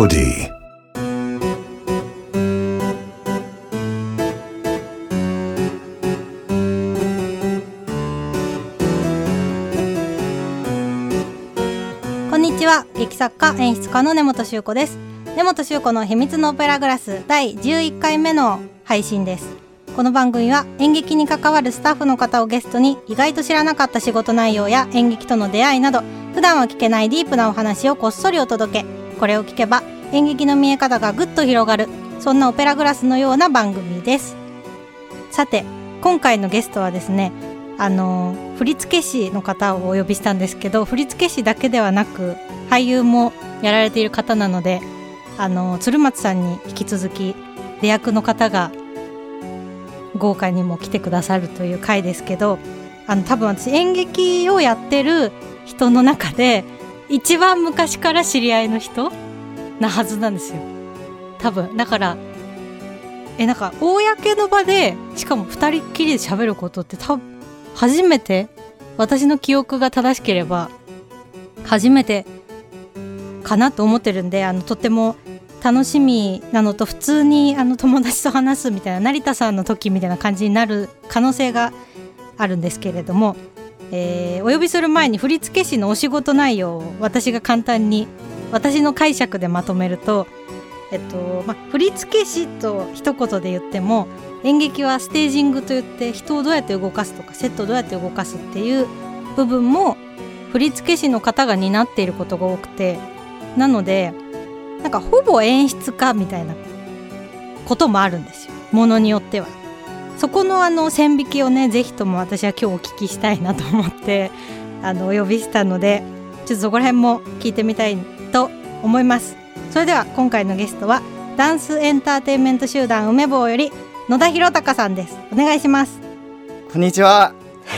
Melody. こんにちは。劇作家演出家の根本修子です。根本修子の秘密のオペラグラス第11回目の配信です。この番組は演劇に関わるスタッフの方をゲストに意外と知らなかった仕事内容や演劇との出会いなど普段は聞けないディープなお話をこっそりお届け。これを聞けば演劇の見え方がぐっと広がる、そんなオペラグラスのような番組です。さて今回のゲストはですね、振付師の方をお呼びしたんですけど、振付師だけではなく俳優もやられている方なので、鶴松さんに引き続き出役の方が豪華にも来てくださるという回ですけど、多分私演劇をやってる人の中で一番昔から知り合いの人なはずなんですよ、多分。だからなんか公の場でしかも二人っきりで喋ることって多分初めて、私の記憶が正しければ初めてかなと思ってるんで、とっても楽しみなのと、普通に友達と話すみたいな成田さんの時みたいな感じになる可能性があるんですけれども、お呼びする前に振付師のお仕事内容を私が簡単に私の解釈でまとめると、振付師と一言で言っても、演劇はステージングといって人をどうやって動かすとかセットをどうやって動かすっていう部分も振付師の方が担っていることが多くて、なのでなんかほぼ演出家みたいなこともあるんですよ、ものによっては。そこの線引きをね、ぜひとも私は今日お聞きしたいなと思ってお呼びしたので、ちょっとそこら辺も聞いてみたいと思います。それでは今回のゲストはダンスエンターテインメント集団梅坊より野田博隆さんです。お願いします。 こんにちは。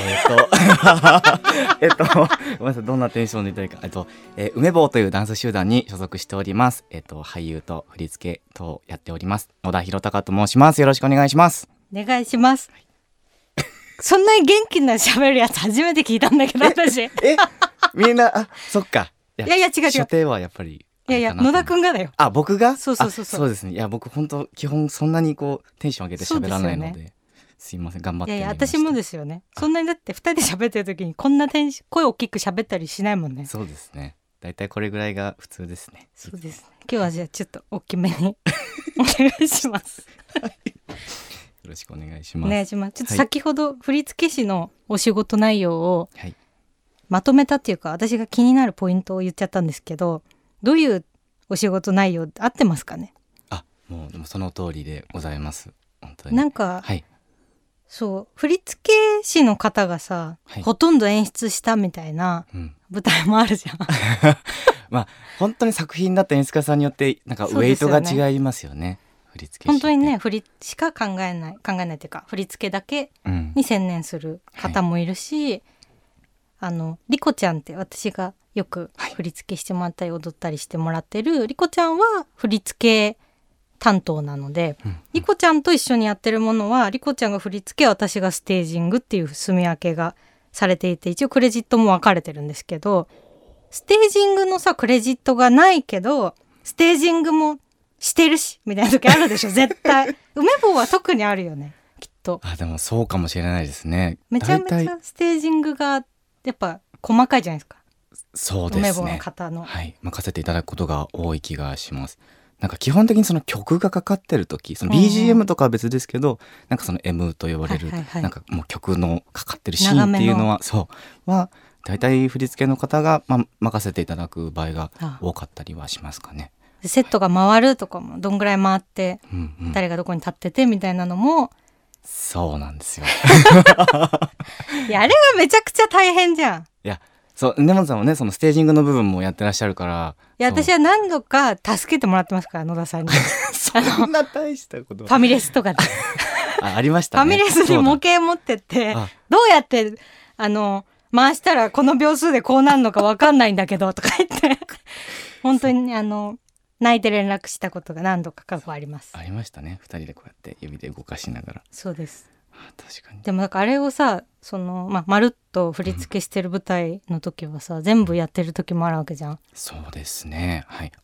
ごめんなさい、どんなテンションで言ったらいいか。梅坊というダンス集団に所属しております。俳優と振付等やっております野田博隆と申します。よろしくお願いします。 お願いします。そんなに元気な喋るやつ初めて聞いたんだけど、私みんなそっか。 いや違う初手はやっぱり野田くんがだよ。 僕がそうですね。いや僕本当基本そんなにこうテンション上げて喋らないので、すいません、頑張ってみました。 私もですよね。そんなにだって2人で喋ってる時にこんな声大きく喋ったりしないもんね。 そうですね、だいたいこれぐらいが普通ですね。 そうですね。今日はじゃあちょっと大きめにお願いします。 よろしくお願いします。 お願いします。ちょっと先ほど振付師のお仕事内容をはい、 まとめたっていうか、私が気になるポイントを言っちゃったんですけど、どういうお仕事内容合ってますかね。 もうでもその通りでございます。本当になんか、 はい、 そう振付師の方がさ、 はい、 ほとんど演出したみたいな舞台もあるじゃん。 まあ本当に作品だった演出家さんによってなんかウェイトが違いますよね。振付師って本当にね、振りしか考えないっていうか、振り付けだけに専念する方もいるし、リコちゃんって私がよく振り付けしてもらったり踊ったりしてもらってるリコちゃんは振り付け担当なので、リコちゃんと一緒にやってるものはリコちゃんが振り付け、私がステージングっていう住み分けがされていて、一応クレジットも分かれてるんですけど、ステージングのさクレジットがないけどステージングもしてるしみたいな時あるでしょ絶対。梅坊は特にあるよね、きっと。 でもそうかもしれないですね。 めちゃめちゃステージングがやっぱ細かいじゃないですか。 そうですね、 梅坊の方の、 任せていただくことが多い気がします。なんか基本的にその曲がかかってる時、その BGM とかは別ですけど、なんかその M と呼ばれる、なんかもう曲のかかってるシーンっていうのはだいたい振り付けの方が、任せていただく場合が多かったりはしますかね。 セットが回るとかもどんぐらい回って、誰がどこに立っててみたいなのもそうなんですよ。 いやあれがめちゃくちゃ大変じゃん。 いやそう根本さんはね、そのステージングの部分もやってらっしゃるから。 いや私は何度か助けてもらってますから野田さんに。 そんな大したことファミレスとかでありましたね。 ファミレスに模型持ってってどうやって回したらこの秒数でこうなるのか分かんないんだけどとか言って本当に泣いて連絡したことが何度か過去あります。 ありましたね。2人でこうやって指で動かしながら。 そうです。 確かに。 でもなんかあれをさまるっと振り付けしてる舞台の時はさ、全部やってる時もあるわけじゃん。 そうですね。はい。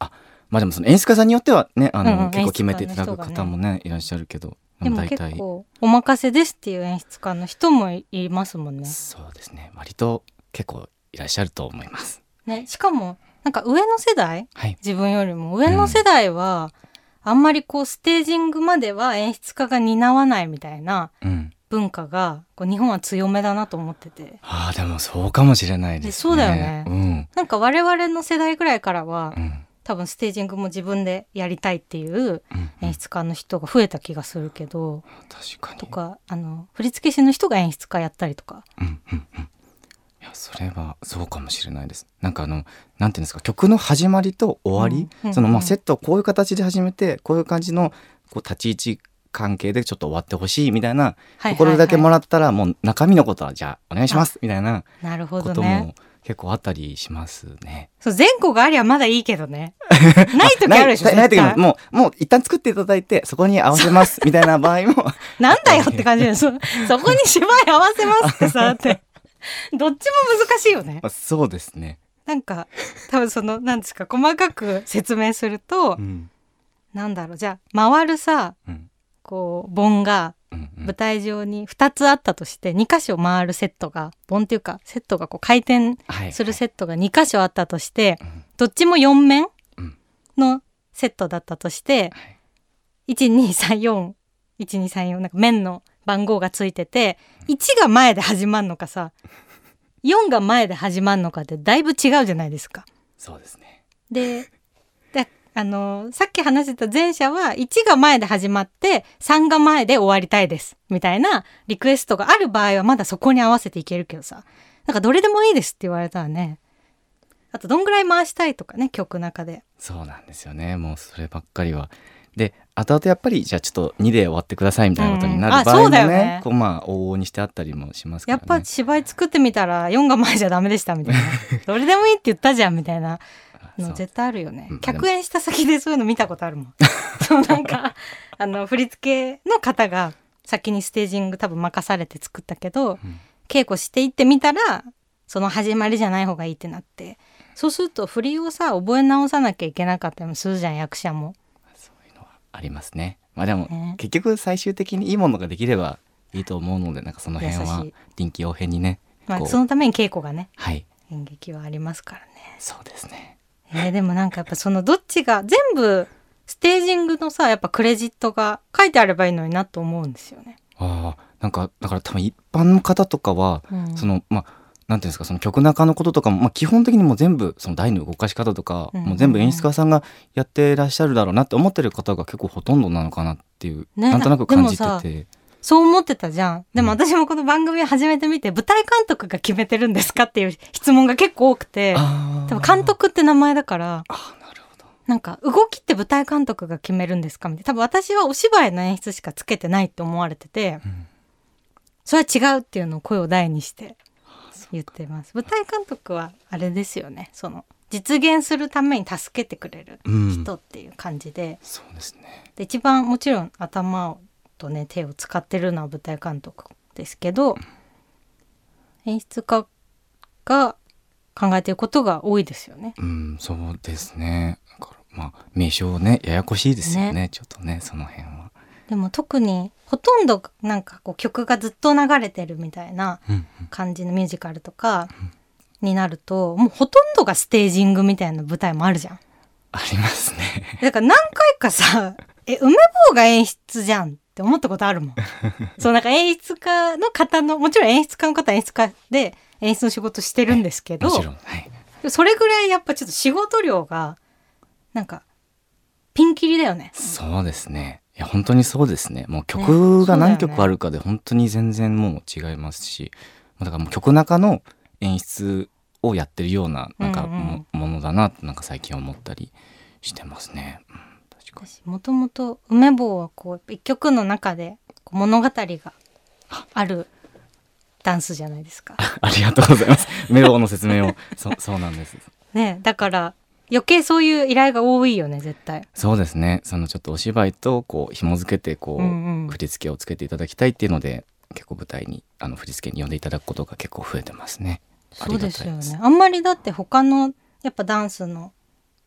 まあでもその演出家さんによってはねうん結構決めていただく方もねいらっしゃるけど、 でも結構お任せですっていう演出家の人もいますもんね。 そうですね、割と結構いらっしゃると思います、 ね、しかもなんか上の世代、 はい、 自分よりも上の世代は、あんまりこうステージングまでは演出家が担わないみたいな文化がこう日本は強めだなと思ってて、 あでもそうかもしれないですね。 そうだよね、なんか我々の世代ぐらいからは、多分ステージングも自分でやりたいっていう演出家の人が増えた気がするけど、 確かにとか振付師の人が演出家やったりとか、 いやそれはそうかもしれないです。なんかなんていうんですか、曲の始まりと終わり、そのセットをこういう形で始めてこういう感じのこう立ち位置関係でちょっと終わってほしいみたいなところだけもらったら、もう中身のことはじゃあお願いしますみたいなことも結構あったりしますね。 そう前後がありゃまだいいけどねない時あるでしょない時ももう一旦作っていただいてそこに合わせますみたいな場合もなんだよって感じでそこに芝居合わせますってさってどっちも難しいよね。 そうですね。 なんか多分なんですか、細かく説明すると、なんだろう、じゃあ回るさ、こう盆が舞台上に2つあったとして、2箇所回るセットが盆っていうかセットがこう回転するセットが2箇所あったとして、どっちも4面のセットだったとして、1234なんか面の番号がついてて、1が前で始まるのかさ4が前で始まるのかってだいぶ違うじゃないですか。 そうですね。 でさっき話してた前者は1が前で始まって3が前で終わりたいですみたいなリクエストがある場合はまだそこに合わせていけるけどさ、なんかどれでもいいですって言われたらね、あとどんぐらい回したいとかね、曲中で。 そうなんですよね。もうそればっかりはで、後々やっぱりじゃあちょっと2で終わってくださいみたいなことになる場合もね、こう往々にしてあったりもしますからね。 やっぱ芝居作ってみたら4が前じゃダメでしたみたいなどれでもいいって言ったじゃんみたいなの絶対あるよね。客演した先でそういうの見たことあるもんそうなんか振り付けの方が先にステージング多分任されて作ったけど、稽古していってみたらその始まりじゃない方がいいってなって、そうすると振りをさ覚え直さなきゃいけなかったりもするじゃん、役者も。 ありますね。でも、結局最終的にいいものができればいいと思うので、なんかその辺は臨機応変にね、 そのために稽古がね、 はい、 演劇はありますからね。 そうですね。 でもなんかやっぱどっちが全部ステージングのさやっぱクレジットが書いてあればいいのになと思うんですよね。 なんかだから多分一般の方とかは、なんていうんですか、その曲中のこととかも、基本的にもう全部その台の動かし方とか、もう全部演出家さんがやってらっしゃるだろうなって思ってる方が結構ほとんどなのかなっていう、なんとなく感じてて。 そう思ってたじゃん。でも私もこの番組を始めてみて、舞台監督が決めてるんですかっていう質問が結構多くて、多分監督って名前だから、 なるほど。 なんか動きって舞台監督が決めるんですかみたいな。多分私はお芝居の演出しかつけてないって思われてて、それは違うっていうのを声を大にして言ってます。舞台監督はあれですよね、実現するために助けてくれる人っていう感じで、 そうですね。 で一番もちろん頭とね手を使ってるのは舞台監督ですけど、演出家が考えていることが多いですよね。 そうですね。だから名称ねややこしいですよね、ちょっとねその辺は。 でも特にほとんどなんかこう曲がずっと流れてるみたいな感じのミュージカルとかになると、もうほとんどがステージングみたいな舞台もあるじゃん。 ありますね。 だから何回かさ梅坊が演出じゃんって思ったことあるもんそうなんか演出家の方の、もちろん演出家の方は演出家で演出の仕事してるんですけど、 もちろん、はい、 それぐらいやっぱちょっと仕事量がなんかピンキリだよね。 そうですね。いや本当にそうですね。もう曲が何曲あるかで本当に全然もう違いますし、だからもう曲中の演出をやってるようななんかものだなってなんか最近思ったりしてますね。 もともと梅坊はこう一曲の中で物語があるダンスじゃないですか。 ありがとうございます。梅坊の説明をそうなんですね。だから余計そういう依頼が多いよね絶対。 そうですね。ちょっとお芝居とこう紐付けて振り付けをつけていただきたいっていうので、結構舞台に振り付けに呼んでいただくことが結構増えてますね。 そうですよね。あんまりだって他のやっぱダンスの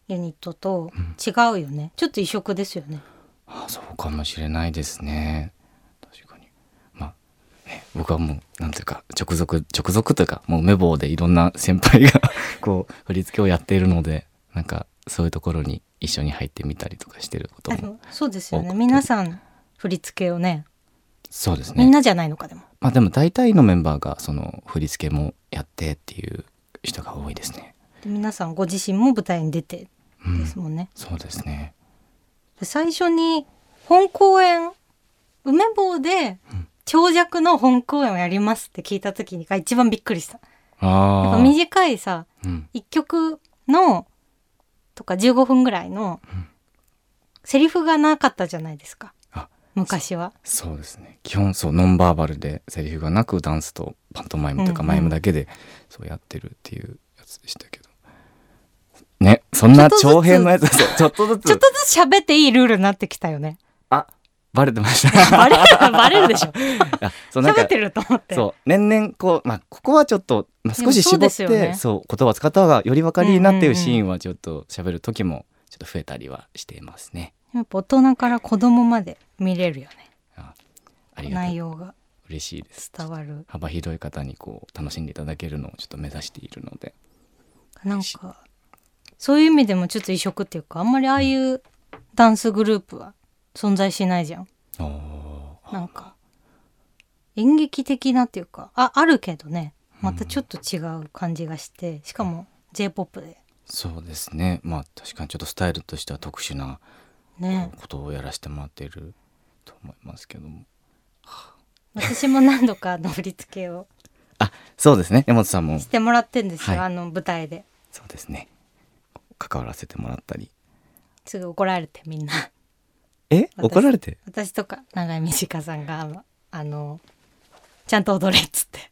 ユニットと違うよね、ちょっと異色ですよね。 そうかもしれないですね。確かに。僕はもうなんていうか直属というかもう梅坊でいろんな先輩がこう振り付けをやっているので、なんかそういうところに一緒に入ってみたりとかしてることも。 そうですよね。皆さん振り付けをね。 そうですね。 みんなじゃないのかでも。 でも大体のメンバーがその振り付けもやってっていう人が多いですね。 で皆さんご自身も舞台に出てですもんね。 そうですね。 最初に本公演梅坊で長尺の本公演をやりますって聞いた時が一番びっくりした。やっぱ短いさ、1曲のとか15分ぐらいのセリフがなかったじゃないですか、昔は。 そうですね。基本そうノンバーバルでセリフがなくダンスとパントマイムというかマイムだけでそうやってるっていうやつでしたけどね。そんな長編のやつちょっとずつ喋っていいルールになってきたよね。 バレてましたバレるでしょ喋ってると思って。 そう年々こう、ここはちょっと、少し絞って、言葉を使った方がより分かりになっているシーンはちょっと喋る時もちょっと増えたりはしていますね。 やっぱ大人から子供まで見れるよね。 ありがたい。 内容が嬉しいです。 伝わる。 幅広い方にこう楽しんでいただけるのをちょっと目指しているので、 なんかそういう意味でもちょっと異色っていうか、あんまりああいうダンスグループは存在しないじゃん。なんか演劇的なっていうかあるけどね、またちょっと違う感じがして、しかも J-POP で。 そうですね。確かにちょっとスタイルとしては特殊なことをやらせてもらっていると思いますけども、 私も何度か振り付けをそうですね。山本さんもしてもらってんですよ、舞台で。 そうですね。関わらせてもらったり。 すぐ怒られてみんな怒られて。 私とか長井美智香さんがちゃんと踊れっつって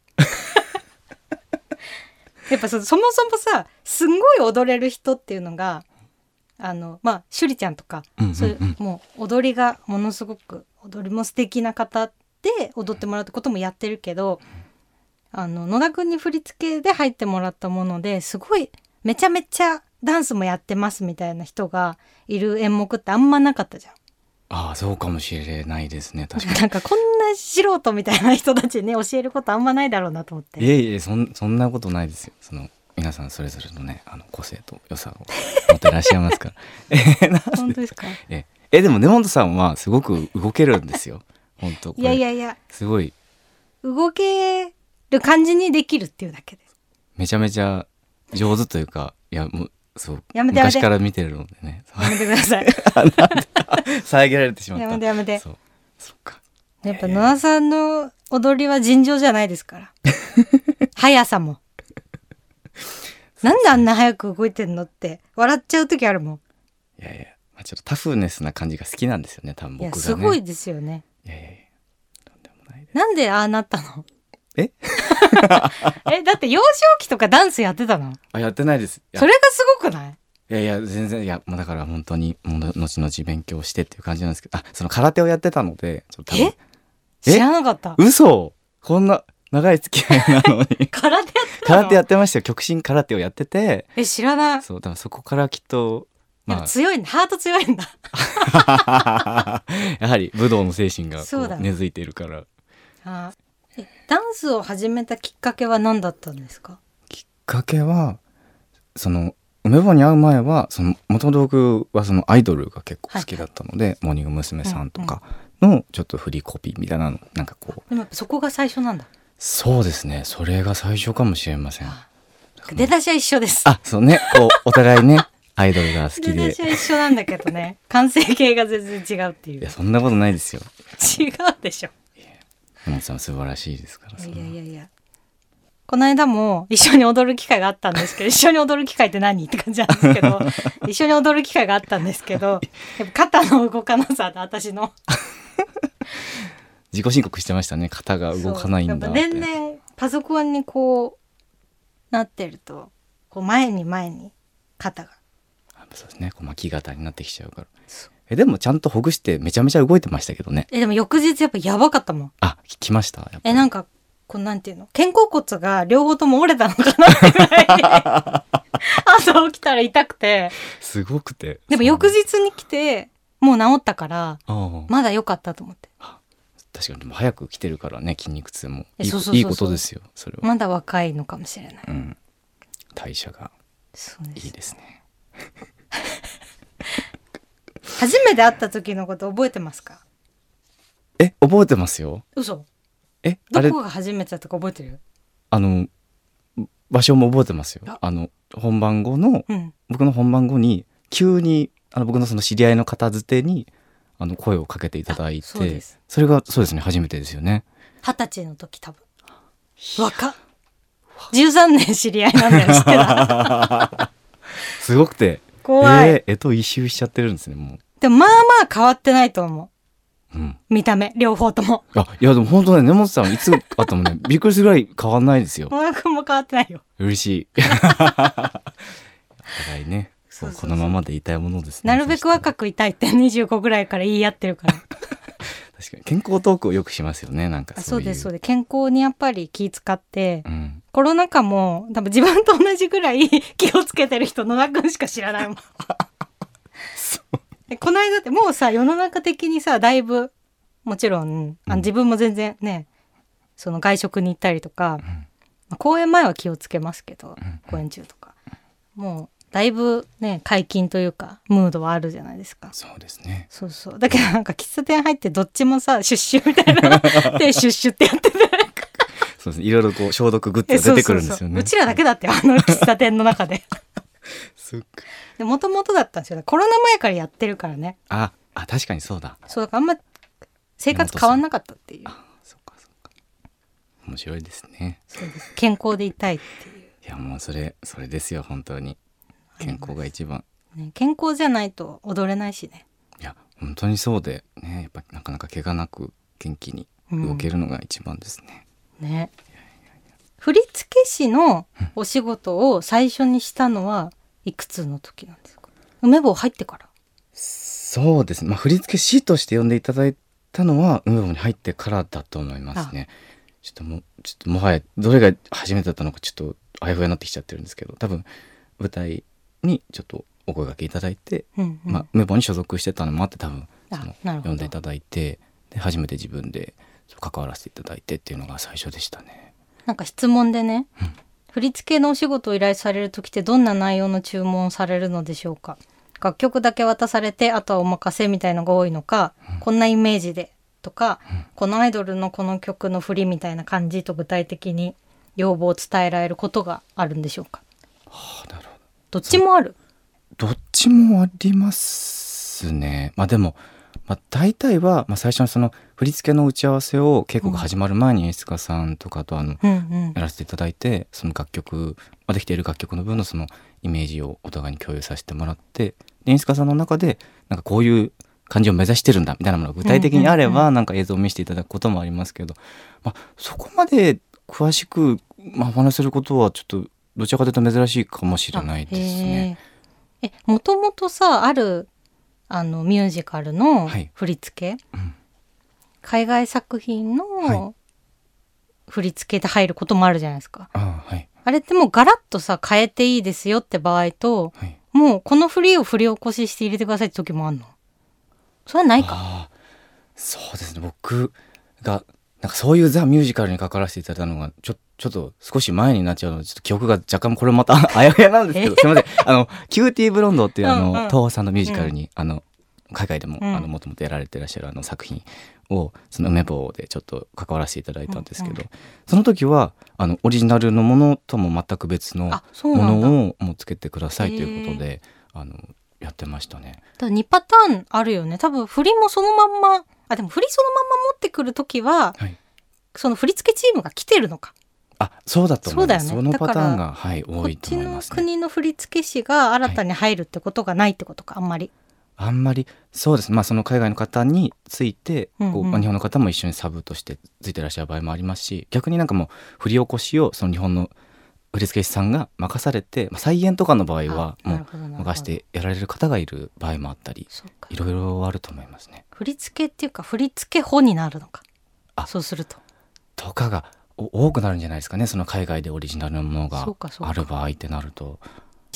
やっぱそもそもさ、すんごい踊れる人っていうのが趣里ちゃんとか、そういうもう踊りがものすごく踊りも素敵な方で踊ってもらうってこともやってるけど、野田くんに振り付けで入ってもらったものですごいめちゃめちゃダンスもやってますみたいな人がいる演目ってあんまなかったじゃん。 そうかもしれないですね。確かに。 なんかこんな素人みたいな人たちに教えることあんまないだろうなと思って。 いえそんなことないですよ。皆さんそれぞれのね個性と良さを持ってらっしゃいますから本当ですか。 でも根本さんはすごく動けるんですよ。本当。 いやすごい動ける感じにできるっていうだけです。 めちゃめちゃ上手というか、もうそう昔から見てるのでね。 やめてください遮られてしまった。 やめて。 そっか。 やっぱ野田さんの踊りは尋常じゃないですから速さもなんであんな早く動いてんのって笑っちゃう時あるもん。 いやちょっとタフネスな感じが好きなんですよね、多分僕がね。 すごいですよね。 とんでもないです。 なんでああなったのだって幼少期とかダンスやってたの？ やってないです。 それがすごくない？ 全然もうだから本当に後々勉強してっていう感じなんですけど、その空手をやってたのでちょっと知らなかった。 嘘。こんな長い付き合いなのに空手やってましたよ。極真空手をやってて。 知らない。 そうだからそこからきっと強いんだ。ハート強いんだやはり武道の精神が根付いているから。 ダンスを始めたきっかけは何だったんですか？ きっかけは梅坊に会う前はもともと僕はアイドルが結構好きだったので、モーニング娘。さんとかのちょっとフリーコピーみたいなのなんかこう。 でもやっぱそこが最初なんだ。 そうですね。それが最初かもしれません。 出だしは一緒です。 そうね。お互いねアイドルが好きで。 出だしは一緒なんだけどね。完成形が全然違うっていう。 そんなことないですよ。 違うでしょ。 山本さん素晴らしいですから。 いやこの間も一緒に踊る機会があったんですけど一緒に踊る機会って何って感じなんですけど一緒に踊る機会があったんですけど、やっぱ肩の動かなさで私の自己申告してましたね。肩が動かないんだって。 年々パソコンにこうなってるとこう前に肩がそうですね。巻き肩になってきちゃうから。でもちゃんとほぐしてめちゃめちゃ動いてましたけどね。 でも翌日やっぱやばかったもん。 来ました。 なんかなんていうの、肩甲骨が両方とも折れたのかなってぐらい朝起きたら痛くてすごくて、 でも翌日に来てもう治ったからあまだ良かったと思って。 確かにでも早く来てるからね、筋肉痛もいいいことですよそれは。 まだ若いのかもしれない、 うん、代謝がそうですいいですね。 初めて会った時のこと覚えてますか？ 覚えてますよ。 嘘？ あれどこが初めてだったか覚えてる？ 場所も覚えてますよ。本番後の、僕の本番後に急に僕のその知り合いの方づてに声をかけていただいて、それがそうですね、初めてですよね。 20歳の時多分。若っ。13年知り合いなんだよ、知ってた？ すごくて怖い。 一周しちゃってるんですねもう。 でもまあまあ変わってないと思う。見た目両方とも。 いやでも本当ね、根本さんいつ会ってもねびっくりするぐらい変わんないですよ。 も変わってないよ。 嬉しい。お互いね、このままでいたいものですね。 なるべく若くいたいって25ぐらいから言い合ってるから。 確かに健康トークをよくしますよね、なんかそういう。 そうです。健康にやっぱり気使って、コロナ禍も多分自分と同じぐらい気をつけてる人野田くんしか知らないもん。この間ってもうさ、世の中的にさ、だいぶもちろん自分も全然ね、その外食に行ったりとか、公演前は気をつけますけど、公演中とかもうだいぶね解禁というかムードはあるじゃないですか。 そうですね。 そうだけどなんか喫茶店入ってどっちもさシュッシュみたいなでシュッシュってやっててそうですね、いろいろこう消毒グッズが出てくるんですよね。 うちらだけだって喫茶店の中で。でもともとだったんですよ。コロナ前からやってるからね。 確かにそうだ。 そうだからあんま生活変わんなかったっていう。 そうか面白いですね。 そうです。健康でいたいっていう。 いやもうそれですよ、本当に健康が一番、 健康じゃないと踊れないしね。 いや本当にそうでね、やっぱなかなか怪我なく元気に動けるのが一番ですね。 ね。振付師のお仕事を最初にしたのはいくつの時なんですか？梅坊入ってから。 そうですね、振付師として呼んでいただいたのは梅坊に入ってからだと思いますね。ちょっともはやどれが初めてだったのかちょっとあやふやになってきちゃってるんですけど、多分舞台にちょっとお声掛けいただいて、梅坊に所属してたのもあって多分呼んでいただいて、で初めて自分で関わらせていただいてっていうのが最初でしたね。 なんか質問でね、振付のお仕事を依頼される時ってどんな内容の注文をされるのでしょうか？楽曲だけ渡されてあとはお任せみたいのが多いのか、こんなイメージでとか、このアイドルのこの曲の振りみたいな感じと具体的に要望を伝えられることがあるんでしょうか？ なるほど。どっちもある？ どっちもありますね。でも、大体は、最初のその振り付けの打ち合わせを稽古が始まる前に演出家さんとかとやらせていただいて、その楽曲、できている楽曲の分のそのイメージをお互いに共有させてもらって、で演出家さんの中でなんかこういう感じを目指してるんだみたいなものが具体的にあれば、なんか映像を見せていただくこともありますけど、そこまで詳しく、お話しすることはちょっとどちらかというと珍しいかもしれないですね。 もともとさあるミュージカルの振り付け、海外作品の振り付けで入ることもあるじゃないですか。あれってもうガラッとさ変えていいですよって場合と、もうこの振りを振り起こしして入れてくださいって時もあるの？それはないか。 そうですね、僕がなんかそういうザ・ミュージカルに関わらせていただいたのがちょっと少し前になっちゃうので、ちょっと記憶が若干これまたあやふやなんですけど、すいません。キューティーブロンドっていう東宝さんのミュージカルに、海外でももともとやられてらっしゃる作品をその梅坊でちょっと関わらせていただいたんですけど、その時はオリジナルのものとも全く別のものをもうつけてくださいということでやってましたね。 だ2パターンあるよね。多分振りもそのまんま、でも振りそのまんま持ってくる時は、その振付チームが来てるのか。 そうだと思います。 そうだよね。 そのパターンが多いと思いますね。 こっちの国の振付師が新たに入るってことがないってことか、あんまりそうです。その海外の方について、日本の方も一緒にサブとしてついてらっしゃる場合もありますし、逆になんかもう振り起こしをその日本の振付師さんが任されて、再演とかの場合はもう任してやられる方がいる場合もあったり、いろいろあると思いますね。 振付っていうか振付補になるのか。そうするとかが多くなるんじゃないですかね。その海外でオリジナルのものがある場合ってなると。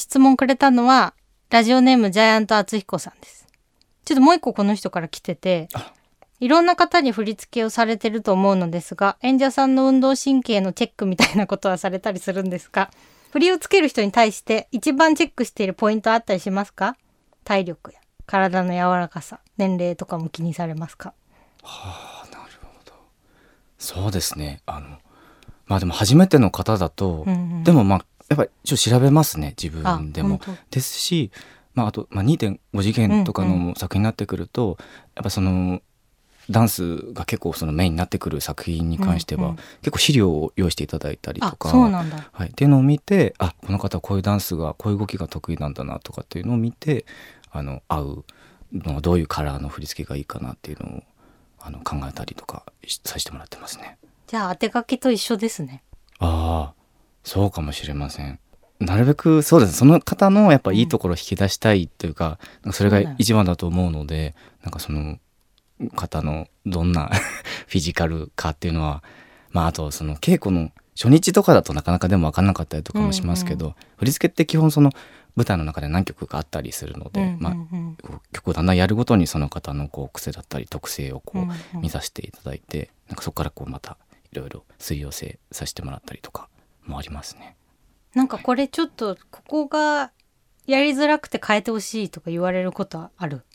質問くれたのはラジオネームジャイアント厚彦さんです。ちょっともう一個この人から来てて、いろんな方に振り付けをされてると思うのですが、演者さんの運動神経のチェックみたいなことはされたりするんですか？振りをつける人に対して一番チェックしているポイントあったりしますか？体力や体の柔らかさ、年齢とかも気にされますか？ はあ、なるほど。そうですね。まあでも初めての方だと、でもまあやっぱりちょっと調べますね、自分でも。ですし、まああと、2.5 次元とかの作品になってくると、やっぱそのダンスが結構そのメインになってくる作品に関しては、結構資料を用意していただいたりとか、 そうなんだ、 はい、っていうのを見て、この方はこういうダンスがこういう動きが得意なんだなとかっていうのを見て、合うのはどういうカラーの振り付けがいいかなっていうのを考えたりとかさせてもらってますね。 じゃあ当て書きと一緒ですね。 ああ、そうかもしれません。なるべくそうです、その方のやっぱいいところを引き出したいというか、それが一番だと思うので、なんかその方のどんなフィジカルかっていうのは、まああとその稽古の初日とかだとなかなかでも分かんなかったりとかもしますけど、振り付けって基本その舞台の中で何曲かあったりするので、曲をだんだんやるごとにその方のこう癖だったり特性をこう見させていただいて、なんかそこからこうまたいろいろすり寄せさせてもらったりとかもありますね。 なんかこれちょっとここがやりづらくて変えてほしいとか言われることはある？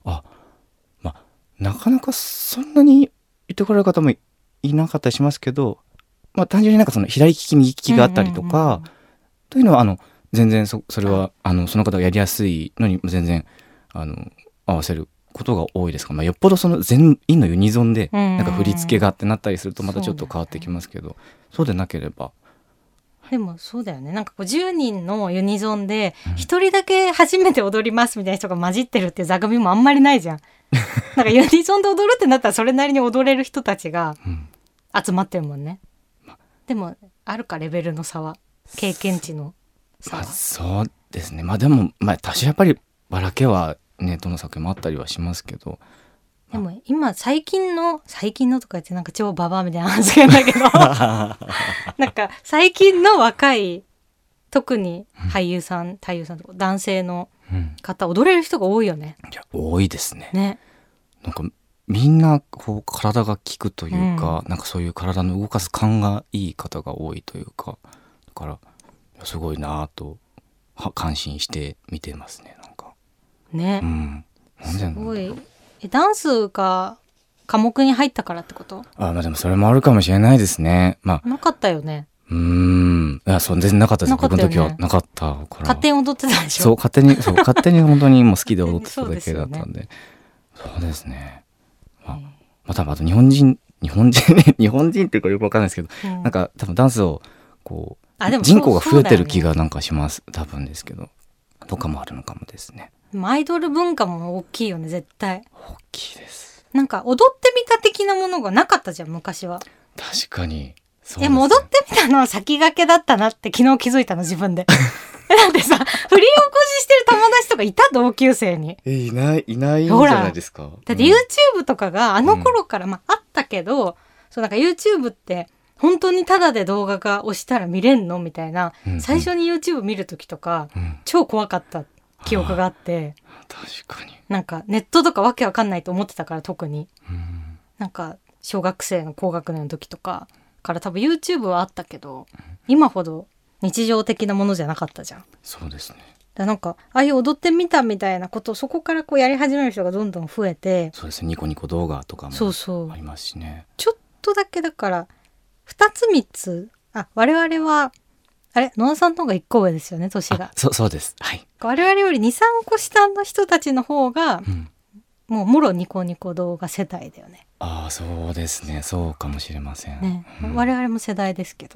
なかなかそんなに言ってこられる方もいなかったりしますけど、単純になんかその左利き右利きがあったりとか、というのは全然それはその方がやりやすいのに全然合わせることが多いですが、よっぽどその全員のユニゾンでなんか振り付けがってなったりするとまたちょっと変わってきますけど、そうでなければ。 でもそうだよね。なんかこう10人のユニゾンで1人だけ初めて踊りますみたいな人が混じってるっていう座組もあんまりないじゃん。なんかユニゾンで踊るってなったらそれなりに踊れる人たちが集まってるもんね。でもあるか、レベルの差は、経験値の差は。 そうですね。でも多少やっぱりばらけはね、どの作品もあったりはしますけど、 でも今最近のとか言ってなんか超ババアみたいな話がだけどなんか最近の若い、特に俳優さんとか男性の方、踊れる人が多いよね。 いや多いですね。なんかみんなこう体が効くというか、なんかそういう体の動かす感がいい方が多いというか、だからすごいなと感心して見てますね。なんかね、 すごい。ダンスが科目に入ったからってこと？ でもそれもあるかもしれないですね。なかったよね。 いや、全然なかったです。僕の時はなかったから。 勝手に踊ってたでしょ。 そう、勝手に本当にもう好きで踊ってただけだったんで。そうですね。多分あと日本人っていうかよくわかんないですけど、なんか多分ダンスをこう人口が増えてる気がなんかします。多分ですけど、とかもあるのかもですね。 アイドル文化も大きいよね、絶対。 大きいです。 なんか踊ってみた的なものがなかったじゃん、昔は。 確かに。 そうですね。踊ってみたのは先駆けだったなって昨日気づいたの、自分で。だってさ、振り起こししてる友達とかいた、同級生に。 いないんじゃないですか。 だって YouTube とかがあの頃からあったけど、そうなんか YouTube って本当にタダで動画が押したら見れんのみたいな、最初に YouTube 見る時とか、超怖かった記憶があって。 確かに。 なんかネットとかわけわかんないと思ってたから、特に。なんか小学生の高学年の時とかから多分 YouTube はあったけど、今ほど日常的なものじゃなかったじゃん。 そうですね。 なんかああいう踊ってみたみたいなことをそこからこうやり始める人がどんどん増えて。 そうですね。ニコニコ動画とかもありますしね。 ちょっとだけだから2つ3つ、我々は野田さんの方が1個上ですよね、年が。 そうです。はい。 我々より 2,3 個下の人たちの方が、もうもろニコニコ動画世代だよね。 そうですね。そうかもしれませんね。我々も世代ですけど。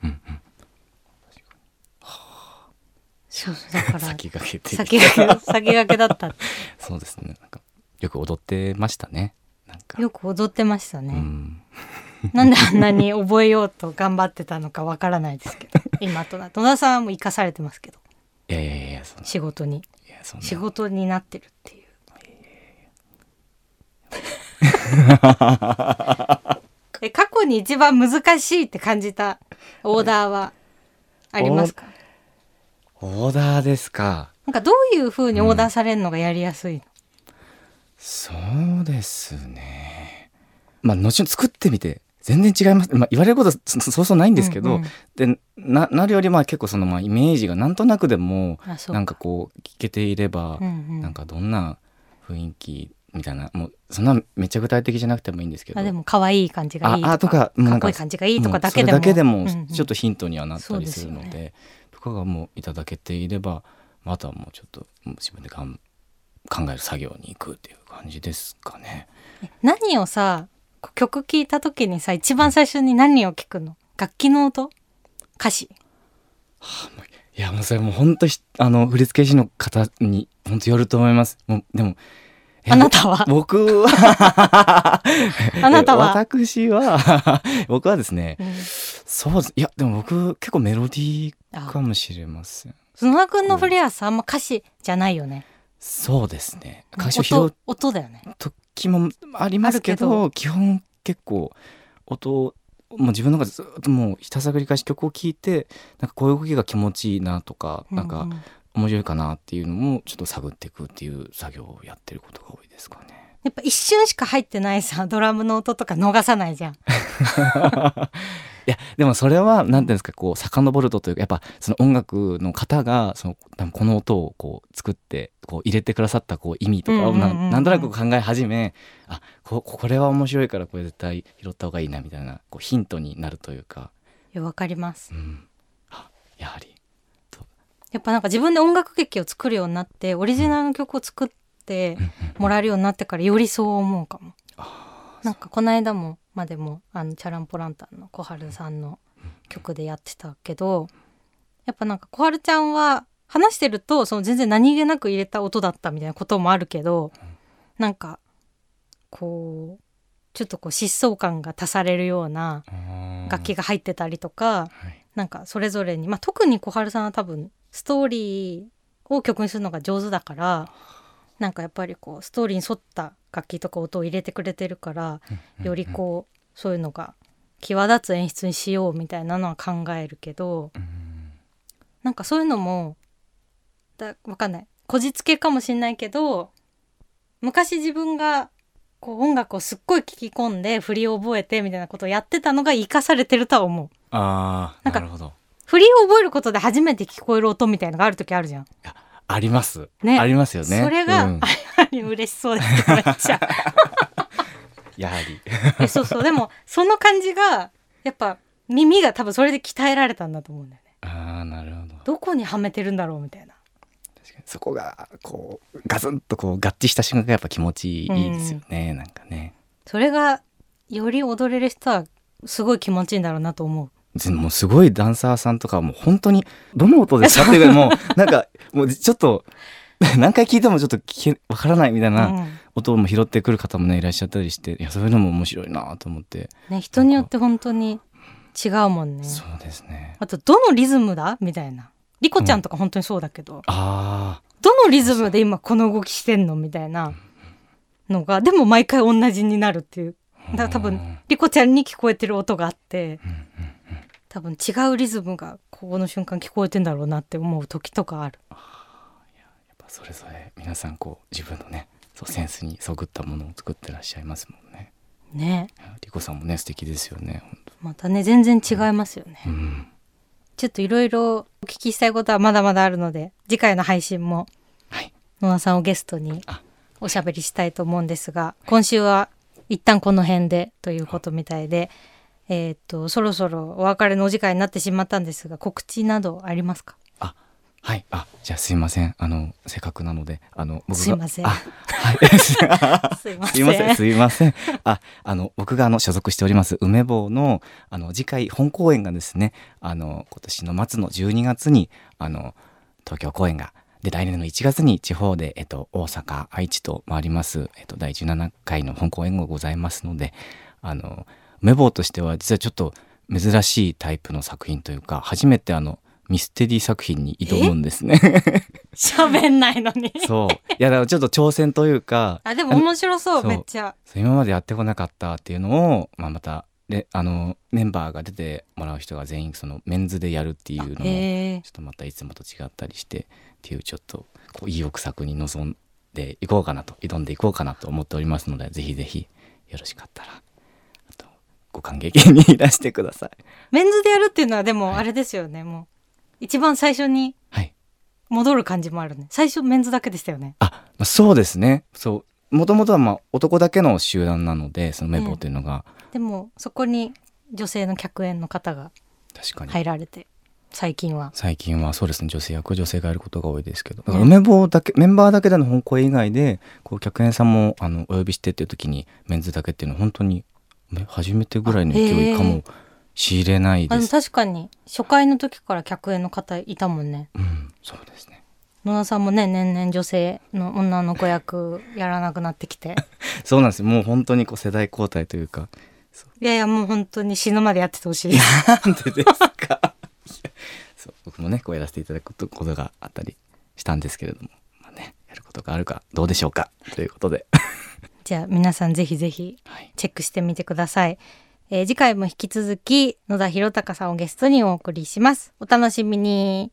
そうだから先駆けだった。 そうですね。なんかよく踊ってましたね。 よく踊ってましたね。なんであんなに覚えようと頑張ってたのかわからないですけど、今となって野田さんも生かされてますけど。 いや仕事になってるっていう。過去に一番難しいって感じたオーダーはありますか？ オーダーですか。 なんかどういう風にオーダーされるのがやりやすいの？ そうですね。後々作ってみて全然違います。言われることそうそうないんですけど、で なるより結構そのイメージがなんとなくでもなんかこう聞けていれば、なんかどんな雰囲気みたいな、もうそんなめっちゃ具体的じゃなくてもいいんですけど、 でも可愛い感じがいいとか、 とかかっこいい感じがいいとかだけでも、 それだけでもちょっとヒントにはなったりするので、とかがもういただけていれば、あとはもうちょっと自分で考える作業に行くっていう感じですかね。 何をさ、曲聴いた時にさ、一番最初に何を聞くの？楽器の音？歌詞？ いやもうそれもう本当振付師の方に本当よると思います。でもあなたは？ 僕はあなたは？ 私は僕はですね、そうです。いやでも僕結構メロディーかもしれません。 野田くんのフレアさ、あんま歌詞じゃないよね。 そうですね。歌詞を拾う音だよね。 時もありますけど、基本結構音もう自分の中でずっともうひたすら繰り返し曲を聴いて、なんかこういう動きが気持ちいいなとか、なんか面白いかなっていうのもちょっと探っていくっていう作業をやってることが多いですかね。 やっぱ一瞬しか入ってないさ、ドラムの音とか逃さないじゃん。 いやでもそれは何ていうんですか、こう遡るというか、やっぱその音楽の方がこの音をこう作ってこう入れてくださったこう意味とかをなんとなく考え始め、これは面白いからこれ絶対拾った方がいいなみたいなこうヒントになるというか。 いやわかります、 やはりやっぱなんか自分で音楽劇を作るようになって、オリジナルの曲を作ってもらえるようになってからよりそう思うかも。なんかこの間もチャランポランタンの小春さんの曲でやってたけど、やっぱなんか小春ちゃんは話してるとその全然何気なく入れた音だったみたいなこともあるけど、なんかこうちょっとこう疾走感が足されるような楽器が入ってたりとか、なんかそれぞれに、特に小春さんは多分ストーリーを曲にするのが上手だから、なんかやっぱりこうストーリーに沿った楽器とか音を入れてくれてるから、よりこうそういうのが際立つ演出にしようみたいなのは考えるけど、なんかそういうのもわかんない、こじつけかもしんないけど、昔自分がこう音楽をすっごい聴き込んで振りを覚えてみたいなことをやってたのが生かされてるとは思う。なるほど。振りを覚えることで初めて聞こえる音みたいのがある時あるじゃん。 あります、ね、ありますよね。 それが、嬉しそうですめっちゃやはりそうでもその感じがやっぱ耳が多分それで鍛えられたんだと思うんだよね。 なるほど。 どこにはめてるんだろうみたいな。 確かにそこがこうガツンとこう合致した瞬間がやっぱ気持ちいいですよね、なんかね。 それがより踊れる人はすごい気持ちいいんだろうなと思う。 もうすごいダンサーさんとかも本当にどの音ですかっていうのもなんかもうちょっと何回聞いてもちょっとわからないみたいな音も拾ってくる方もねいらっしゃったりして、いやそういうのも面白いなと思って、 ね、人によって本当に違うもんね。 そうですね。 あとどのリズムだみたいな、リコちゃんとか本当にそうだけど、どのリズムで今この動きしてんのみたいなのがでも毎回同じになるっていう。だから多分リコちゃんに聞こえてる音があって、多分違うリズムがここの瞬間聞こえてんだろうなって思う時とかある。 やっぱそれぞれ皆さんこう自分のねセンスにそぐったものを作ってらっしゃいますもんね。 ね、 リコさんもね素敵ですよね。 またね全然違いますよね、ちょっといろいろお聞きしたいことはまだまだあるので、次回の配信も野田さんをゲストにおしゃべりしたいと思うんですが、今週は一旦この辺でということみたいで、そろそろお別れのお時間になってしまったんですが、告知などありますか？ はい、じゃあすいません、せっかくなので僕がすいませんすいません僕が所属しております梅坊の次回本公演がですね、今年の末の12月に東京公演がで、来年の1月に地方で、大阪愛知と回ります、第17回の本公演がございますので、梅坊としては実はちょっと珍しいタイプの作品というか、初めてミステリー作品に挑むんですね。 喋んないのにそういやだからちょっと挑戦というか、 でも面白そう、めっちゃ今までやってこなかったっていうのを、またメンバーが出てもらう人が全員そのメンズでやるっていうのもちょっとまたいつもと違ったりしてっていうちょっとこう意欲作に臨んでいこうかなと挑んでいこうかなと思っておりますので、ぜひぜひよろしかったらご感激にいらしてください。 メンズでやるっていうのはでもあれですよね、もう一番最初に戻る感じもあるね。最初メンズだけでしたよね。 そうですね。もともとは男だけの集団なので、そのメボっていうのが、 でもそこに女性の客演の方が入られて、最近はそうですね、女性がいることが多いですけど、だからメンバーだけでの本声以外でこう客演さんもお呼びしてっていう時にメンズだけっていうのは本当に初めてぐらいの勢いかもしれないです。 確かに初回の時から客演の方いたもんね。 そうですね。 野田さんもね、年々女性の女の子役やらなくなってきてそうなんですよ。もう本当にこう世代交代というか。 いやもう本当に死ぬまでやっててほしい。 なんでですか僕もねこうやらせていただくことがあったりしたんですけれども、やることがあるかどうでしょうかということでじゃあ皆さんぜひぜひチェックしてみてください。次回も引き続き野田博隆さんをゲストにお送りします。お楽しみに。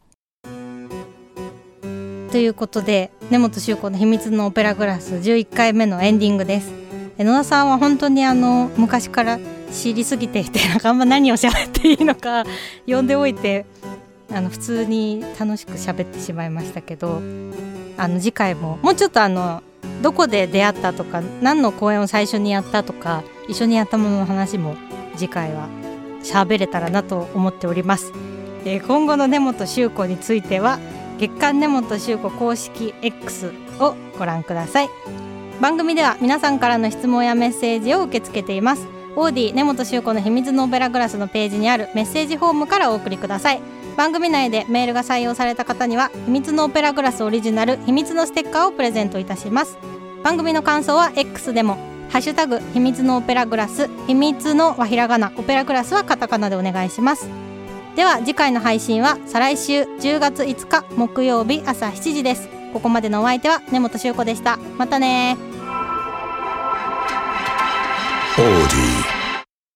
ということで、根本周子の秘密のオペラグラス11回目のエンディングです。野田さんは本当に昔から知りすぎていて、あんま何を喋っていいのか呼んでおいて普通に楽しく喋ってしまいましたけど、次回ももうちょっとどこで出会ったとか、何の公演を最初にやったとか、一緒にやったものの話も次回は喋れたらなと思っております。今後の根本周子については月刊根本周子公式 X をご覧ください。番組では皆さんからの質問やメッセージを受け付けています。オーディ根本周子の秘密のオペラグラスのページにあるメッセージフォームからお送りください。番組内でメールが採用された方には秘密のオペラグラスオリジナル秘密のステッカーをプレゼントいたします。番組の感想は X でもハッシュタグ秘密のオペラグラス、秘密のはひらがな、オペラグラスはカタカナでお願いします。では次回の配信は再来週10月5日木曜日朝7時です。ここまでのお相手は根本周子でした。またね。オーディ